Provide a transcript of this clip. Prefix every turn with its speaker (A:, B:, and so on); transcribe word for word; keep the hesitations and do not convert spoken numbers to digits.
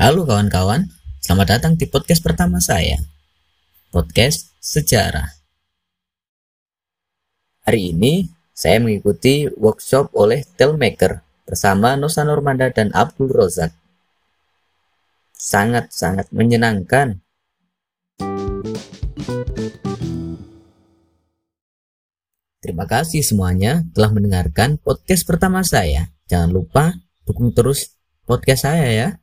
A: Halo kawan-kawan, selamat datang di podcast pertama saya, podcast sejarah. Hari ini saya mengikuti workshop oleh Telmaker bersama Nusa Nurmanda dan Abdul Rozak. Sangat-sangat menyenangkan. Terima kasih semuanya telah mendengarkan podcast pertama saya. Jangan lupa dukung terus podcast saya ya.